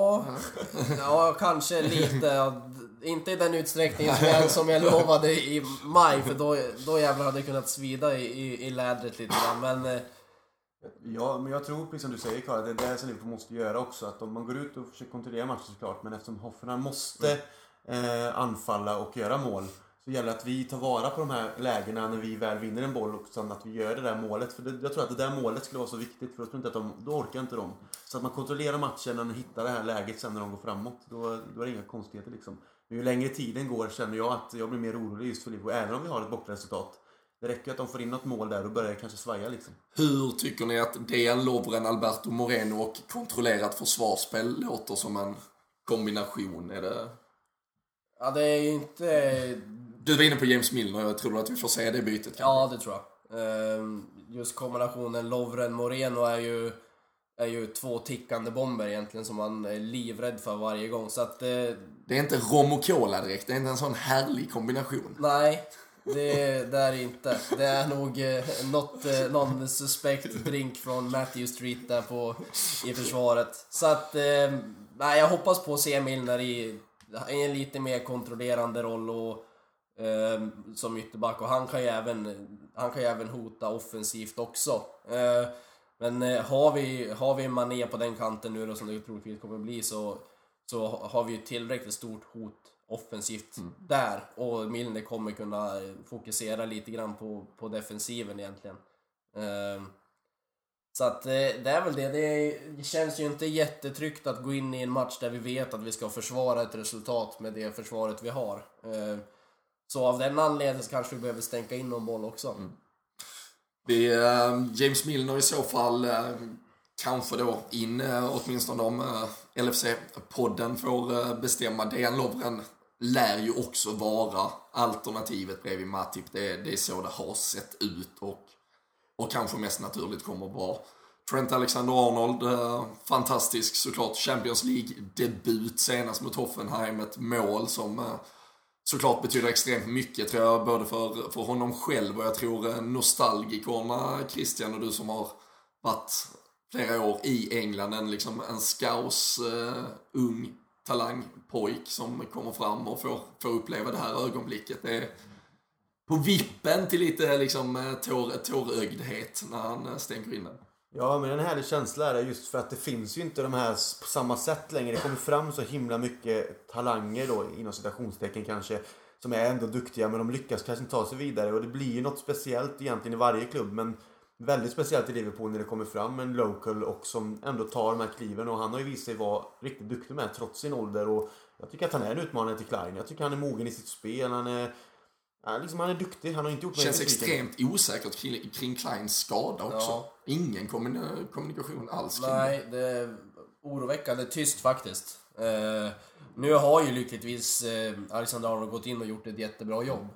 Ja, kanske lite. Inte i den utsträckningen som jag lovade i maj, för då jävlar hade jag kunnat svida i lädret lite grann. Men men jag tror, precis som du säger Karl, det är det som Liverpool måste göra också. Att om man går ut och försöker kontrollera matchen såklart, men eftersom Hoffenheim måste anfalla och göra mål, så gäller det att vi tar vara på de här lägena när vi väl vinner en boll, och sen att vi gör det där målet. För jag tror att det där målet skulle vara så viktigt, för jag tror inte att då orkar inte de. Så att man kontrollerar matchen och hittar det här läget sen när de går framåt, då är det inga konstigheter liksom. Men ju längre tiden går känner jag att jag blir mer orolig just för Liverpool, även om vi har ett bortresultat. Det räcker att de får in något mål där och börjar kanske svaja liksom. Hur tycker ni att Dejan Lovren, Alberto Moreno och kontrollerat försvarsspel låter som en kombination? Är det... Ja, det är ju inte... Du var inne på James Milner, jag tror att vi får se det bytet. Ja, det tror jag. Just kombinationen Lovren-Moreno är ju två tickande bomber egentligen, som man är livrädd för varje gång. Så att, det är inte rom och cola direkt, det är inte en sån härlig kombination. Nej, det är inte. Det är nog någon suspekt drink från Matthew Street där i försvaret. Så att, nej, jag hoppas på att se Milner i en lite mer kontrollerande roll och som ytterback, och han kan ju även hota offensivt också. Men har vi Mané på den kanten nu då, som det troligtvis kommer bli, så har vi ju tillräckligt stort hot offensivt där, och Milner kommer kunna fokusera lite grann på defensiven egentligen. Så att det är väl det. Det känns ju inte jättetryggt att gå in i en match där vi vet att vi ska försvara ett resultat med det försvaret vi har. Så av den anledningen så kanske vi behöver stänka in någon boll också. James Milner i så fall kanske då in, åtminstone om LFC-podden får bestämma. Dejan Lovren lär ju också vara alternativet bredvid Matip. Det är så det har sett ut, och kanske mest naturligt kommer att vara Trent Alexander-Arnold. Fantastisk såklart Champions League-debut senast mot Hoffenheim. Ett mål som såklart betyder extremt mycket, tror jag, både för honom själv, och jag tror nostalgikorna, Christian och du som har varit flera år i England, en scouse ung talangpojk som kommer fram och får uppleva det här ögonblicket. Det är på vippen till lite tårögdhet när han stänker in den. Ja, men en härlig känsla är det, just för att det finns ju inte de här på samma sätt längre. Det kommer fram så himla mycket talanger då, inom citationstecken kanske, som är ändå duktiga, men de lyckas kanske inte ta sig vidare. Och det blir ju något speciellt egentligen i varje klubb, men väldigt speciellt i Liverpool när det kommer fram en local och som ändå tar de här kliven. Och han har ju visat sig vara riktigt duktig med, trots sin ålder. Och jag tycker att han är en utmanare till Klein. Jag tycker han är mogen i sitt spel. Han är duktig, han har inte gjort känns extremt osäkert kring Kleins skada också. Ja. Ingen kommunikation alls. Nej, det är oroväckande tyst faktiskt. Nu har ju lyckligtvis Alexander Arnold gått in och gjort ett jättebra jobb.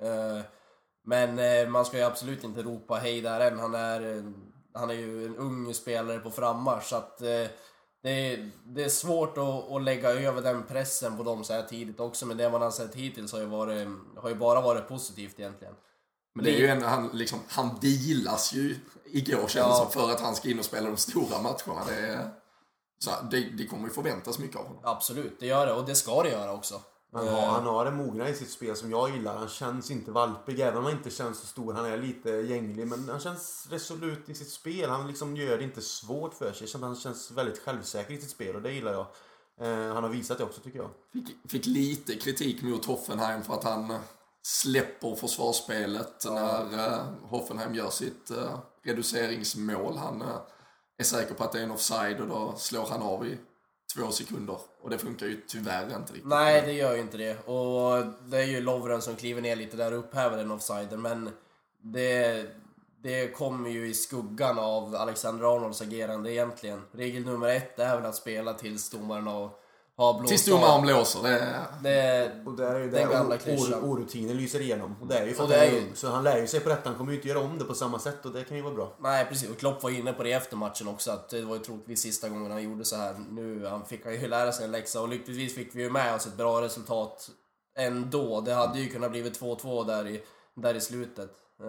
Men man ska ju absolut inte ropa hej där än. Han är ju en ung spelare på frammarsch, så att det är svårt att lägga över den pressen på dem så här tidigt också. Men det man har sett hittills har ju bara varit positivt egentligen. Men det är ju ändå, han vilas ju igår, känns som, för att han ska in och spela de stora matcherna. Det kommer ju förväntas mycket av honom. Absolut, det gör det, och det ska det göra också. Han har en mognad i sitt spel som jag gillar. Han känns inte valpig, även om han inte känns så stor. Han är lite gänglig, men han känns resolut i sitt spel. Han gör det inte svårt för sig. Han känns väldigt självsäker i sitt spel, och det gillar jag. Han har visat det också, tycker jag. Fick lite kritik mot Hoffenheim för att han släpper försvarsspelet när Hoffenheim gör sitt reduceringsmål. Han är säker på att det är en offside, och då slår han av i 2 sekunder. Och det funkar ju tyvärr inte riktigt. Nej, det gör ju inte det. Och det är ju Lovren som kliver ner lite där och upphäver den offsiden. Men det kommer ju i skuggan av Alexander Arnolds agerande egentligen. Regel nummer 1 är väl att spela tills domaren har blåst. Tills domaren blåser. Och där är ju den gamla orutinen lyser igenom. Och det är ju för att det är ung. Så han lär ju sig på detta. Han kommer ju inte göra om det på samma sätt. Och det kan ju vara bra. Nej, precis. Och Klopp var inne på det efter matchen också. Att det var ju troligtvis sista gången han gjorde så här. Nu fick han ju lära sig en läxa. Och lyckligtvis fick vi ju med oss ett bra resultat ändå. Det hade ju kunnat blivit 2-2 där i slutet.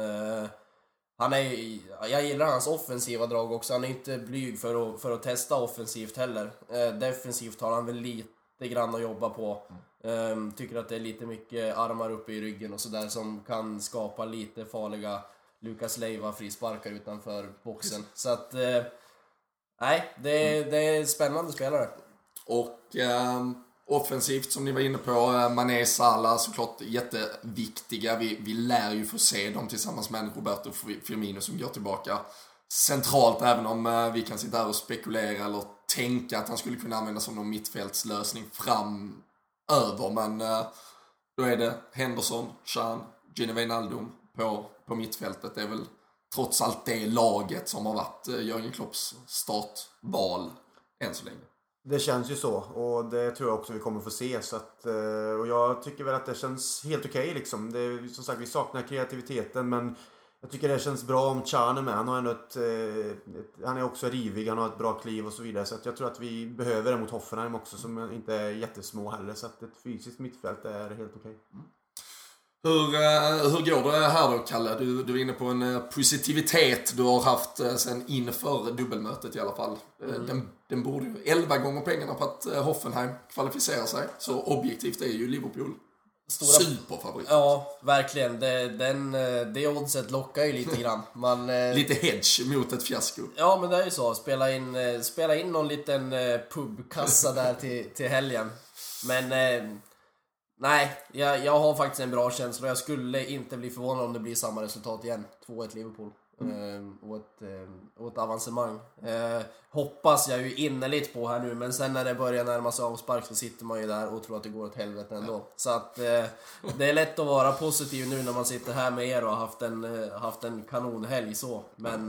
Jag gillar hans offensiva drag också. Han är inte blyg för att testa offensivt heller. Defensivt har han väl lite grann att jobba på. Tycker att det är lite mycket armar uppe i ryggen och sådär som kan skapa lite farliga Lucas Leiva frisparkar utanför boxen. Så att nej, det är spännande spelare. Och offensivt som ni var inne på, Mané, Salah såklart jätteviktiga. Vi lär ju få se dem tillsammans med Roberto Firmino som går tillbaka centralt, även om vi kan sitta här och spekulera eller tänka att han skulle kunna användas som någon mittfältslösning framöver. Men då är det Henderson, Can, Gini Wijnaldum på mittfältet. Det är väl trots allt det laget som har varit Jürgen Klopps startval än så länge. Det känns ju så, och det tror jag också vi kommer få se. Så att, och jag tycker väl att det känns helt okej liksom. Som sagt, vi saknar kreativiteten, men jag tycker det känns bra om Can är med. Han har ändå han är också rivig, han har ett bra kliv och så vidare. Så att jag tror att vi behöver det mot Hoffenheim också, som inte är jättesmå heller. Så att ett fysiskt mittfält är helt okej. Hur går det här då, Kalle? Du är inne på en positivitet du har haft sen inför dubbelmötet i alla fall. Den borde ju 11 gånger pengarna på att Hoffenheim kvalificerar sig. Så objektivt är ju Liverpool superfavorit. Ja, verkligen. Det oddset lockar ju lite grann. Lite hedge mot ett fiasko. Ja, men det är ju så. Spela in någon liten pubkassa där till helgen. Men nej, jag har faktiskt en bra känsla. Jag skulle inte bli förvånad om det blir samma resultat igen. 2-1 Liverpool. Och ett avancemang. Hoppas jag ju innerligt på här nu. Men sen när det börjar närma sig avspark så sitter man ju där och tror att det går åt helvete ändå. Så att det är lätt att vara positiv nu när man sitter här med er och har haft en kanonhelg så. Men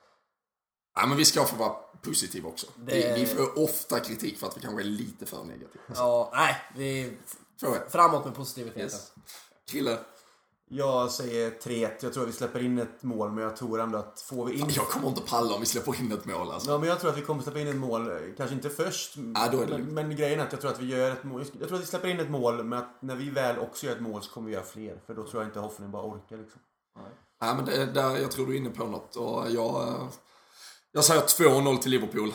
ja, men vi ska få vara positiv också. Vi får ofta kritik för att vi kanske är lite för negativa. Ja, nej, vi framåt med positiviteten. Yes. Krille? Jag säger 3-1. Jag tror att vi släpper in ett mål, men jag tror ändå att får vi in... Jag kommer inte palla om vi släpper in ett mål alltså. Ja, men jag tror att vi kommer släppa in ett mål. Kanske inte först. Ja, då är det men grejen är att jag tror att vi gör ett mål. Jag tror att vi släpper in ett mål, men att när vi väl också gör ett mål så kommer vi göra fler. För då tror jag inte Hoffenheim bara orkar liksom. Ja, men jag tror du är inne på något. Och jag säger 2-0 till Liverpool.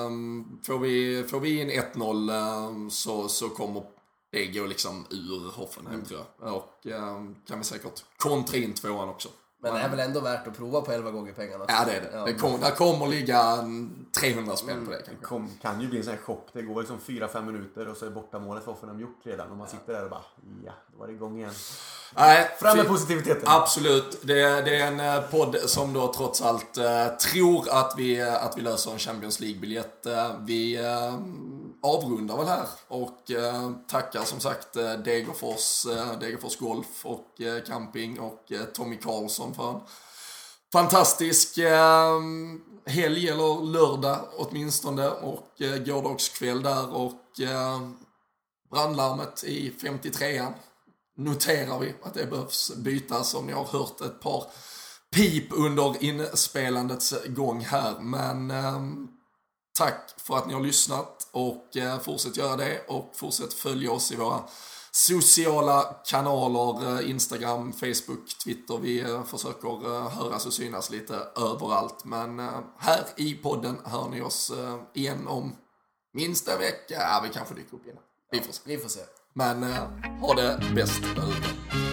Får vi in 1-0 så kommer det går liksom ur Hoffenheim tror jag. Och kan vi säkert kontra in 2an också. Men det är väl ändå värt att prova på 11 gånger pengarna. Ja, det är det. Ja. Det kommer ligga 300 spänn på det kanske. Kan ju bli en sån här chock. Det går liksom 4-5 minuter och så är bortamålet för Hoffenheim gjort redan. Och man sitter där och bara, ja, då var det igång igen. Nej, fram med positiviteten. Absolut. Det är en podd som då trots allt tror att vi löser en Champions League-biljett. Vi avrundar väl här och tackar som sagt Degerfors Golf och Camping och Tommy Karlsson för en fantastisk helg eller lördag åtminstone och gårdagskväll där och brandlarmet i 53an noterar vi att det behövs bytas om ni har hört ett par pip under inspelandets gång här, men tack för att ni har lyssnat och fortsätt göra det och fortsätt följa oss i våra sociala kanaler, Instagram, Facebook, Twitter. Vi försöker höras och synas lite överallt, men här i podden hör ni oss igen om minst en vecka. Ja, vi kanske dyker upp igen. Vi får se. Vi får se. Men ha det bäst där ute.